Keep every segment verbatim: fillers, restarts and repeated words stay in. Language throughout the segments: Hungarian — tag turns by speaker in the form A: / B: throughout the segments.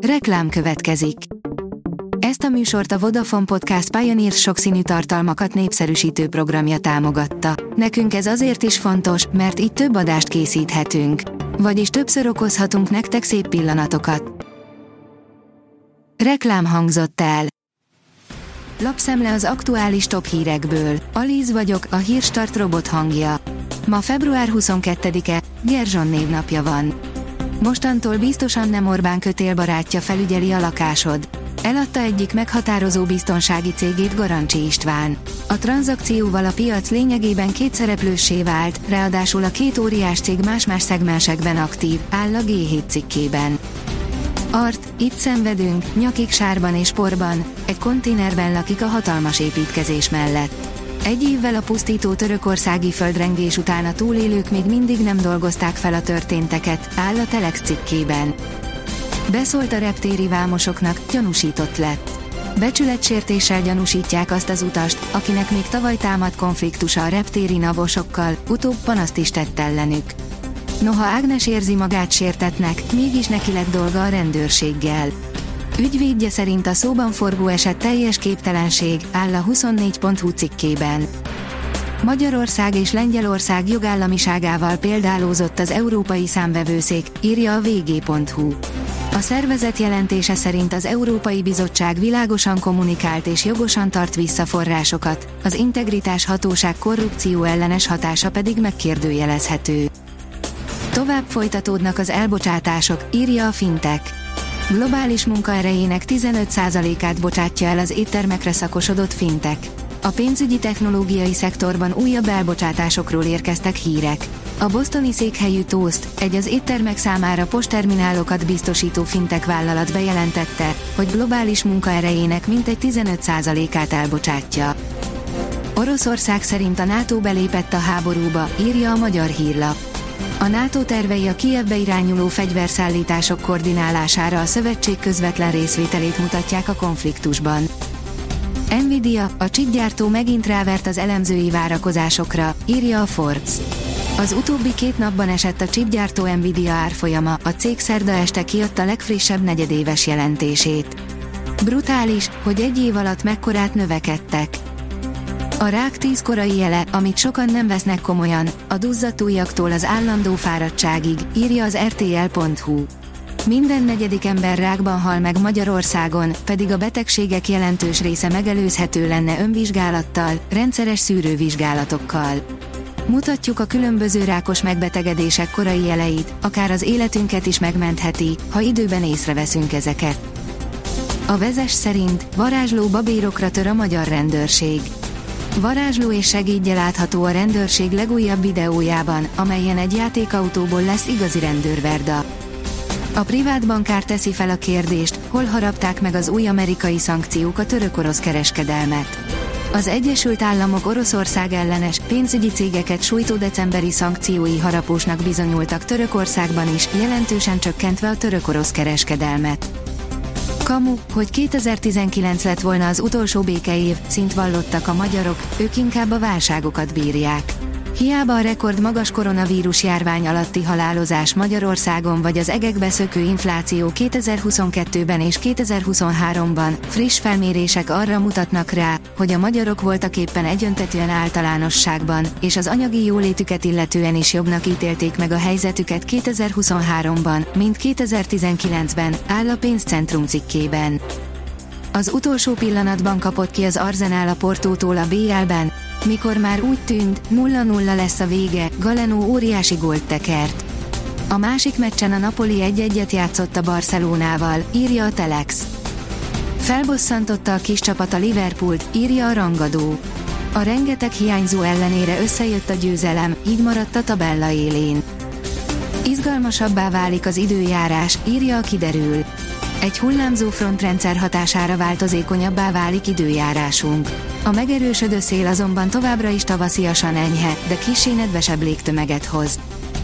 A: Reklám következik. Ezt a műsort a Vodafone Podcast Pioneer sokszínű tartalmakat népszerűsítő programja támogatta. Nekünk ez azért is fontos, mert így több adást készíthetünk. Vagyis többször okozhatunk nektek szép pillanatokat. Reklám hangzott el. Lapszemle az aktuális top hírekből. Alíz vagyok, a Hírstart robot hangja. Ma február huszonkettedike, Gerzson névnapja van. Mostantól biztosan nem Orbán kötélbarátja felügyeli a lakásod. Eladta egyik meghatározó biztonsági cégét Garancsi István. A tranzakcióval a piac lényegében kétszereplőssé vált, ráadásul a két óriás cég más-más szegmensekben aktív, áll a gé hét cikkében. Art, itt szenvedünk, nyakig sárban és porban, egy konténerben lakik a hatalmas építkezés mellett. Egy évvel a pusztító törökországi földrengés után a túlélők még mindig nem dolgozták fel a történteket, áll a Telex cikkében. Beszólt a reptéri vámosoknak, gyanúsított lett. Becsületsértéssel gyanúsítják azt az utast, akinek még tavaly támadt konfliktusa a reptéri navosokkal, utóbb panaszt is tett ellenük. Noha Ágnes érzi magát sértettnek, mégis neki lett dolga a rendőrséggel. Ügyvédje szerint a szóban forgó eset teljes képtelenség, áll a huszonnégy pont hu cikkében. Magyarország és Lengyelország jogállamiságával példálózott az Európai Számvevőszék, írja a vé gé pont hu. A szervezet jelentése szerint az Európai Bizottság világosan kommunikált és jogosan tart vissza forrásokat, az integritás hatóság korrupció ellenes hatása pedig megkérdőjelezhető. Tovább folytatódnak az elbocsátások, írja a Fintech. Globális munkaerejének tizenöt százalékát bocsátja el az éttermekre szakosodott Fintech. A pénzügyi technológiai szektorban újabb elbocsátásokról érkeztek hírek. A bostoni székhelyű Toast, egy az éttermek számára postterminálokat biztosító Fintech vállalat bejelentette, hogy globális munkaerejének mintegy tizenöt százalékát elbocsátja. Oroszország szerint a NATO belépett a háborúba, írja a Magyar Hírlap. A NATO tervei a Kijevbe irányuló fegyverszállítások koordinálására a szövetség közvetlen részvételét mutatják a konfliktusban. Nvidia, a chipgyártó megint rávert az elemzői várakozásokra, írja a Forbes. Az utóbbi két napban esett a chipgyártó Nvidia árfolyama, a cég szerda este kiadta legfrissebb negyedéves jelentését. Brutális, hogy egy év alatt mekkorát növekedtek. A rák tíz korai jele, amit sokan nem vesznek komolyan, a duzzadt ujjaktól az állandó fáradtságig, írja az er té el pont hu. Minden negyedik ember rákban hal meg Magyarországon, pedig a betegségek jelentős része megelőzhető lenne önvizsgálattal, rendszeres szűrővizsgálatokkal. Mutatjuk a különböző rákos megbetegedések korai jeleit, akár az életünket is megmentheti, ha időben észreveszünk ezeket. A Vezes szerint varázsló babérokra tör a magyar rendőrség. Varázsló és segédje látható a rendőrség legújabb videójában, amelyen egy játékautóból lesz igazi rendőrverda. A privát bankár teszi fel a kérdést, hol harapták meg az új amerikai szankciók a török-orosz kereskedelmet. Az Egyesült Államok Oroszország ellenes, pénzügyi cégeket sújtó decemberi szankciói harapósnak bizonyultak Törökországban is, jelentősen csökkentve a török-orosz kereskedelmet. Kamu, hogy kétezer-tizenkilenc lett volna az utolsó békeév, szint vallottak a magyarok, ők inkább a válságokat bírják. Hiába a rekord magas koronavírus járvány alatti halálozás Magyarországon vagy az egekbe szökő infláció kétezer-huszonkettőben és kétezer-huszonháromban, friss felmérések arra mutatnak rá, hogy a magyarok voltaképpen egyöntetűen általánosságban, és az anyagi jólétüket illetően is jobbnak ítélték meg a helyzetüket kétezer-huszonháromban, mint kétezer-tizenkilencben, áll a Pénzcentrum cikkében. Az utolsó pillanatban kapott ki az Arsenal a Portótól a bé el-ben, mikor már úgy tűnt, nulla nulla lesz a vége, Galeno óriási gólt tekert. A másik meccsen a Napoli egy-egyet játszott a Barcelonával, írja a Telex. Felbosszantotta a kis csapat a Liverpoolt, írja a Rangadó. A rengeteg hiányzó ellenére összejött a győzelem, így maradt a tabella élén. Izgalmasabbá válik az időjárás, írja a Kiderül. Egy hullámzó frontrendszer hatására változékonyabbá válik időjárásunk. A megerősödő szél azonban továbbra is tavasziasan enyhe, de kissé nedvesebb légtömeget hoz.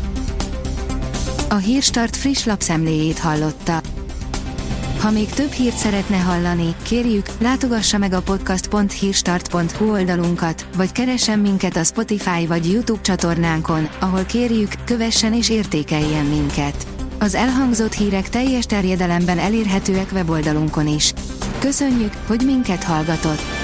A: A Hírstart friss lapszemléjét hallotta. Ha még több hírt szeretne hallani, kérjük, látogassa meg a podcast pont hírstart pont hu oldalunkat, vagy keressen minket a Spotify vagy YouTube csatornánkon, ahol kérjük, kövessen és értékeljen minket. Az elhangzott hírek teljes terjedelemben elérhetőek weboldalunkon is. Köszönjük, hogy minket hallgatott!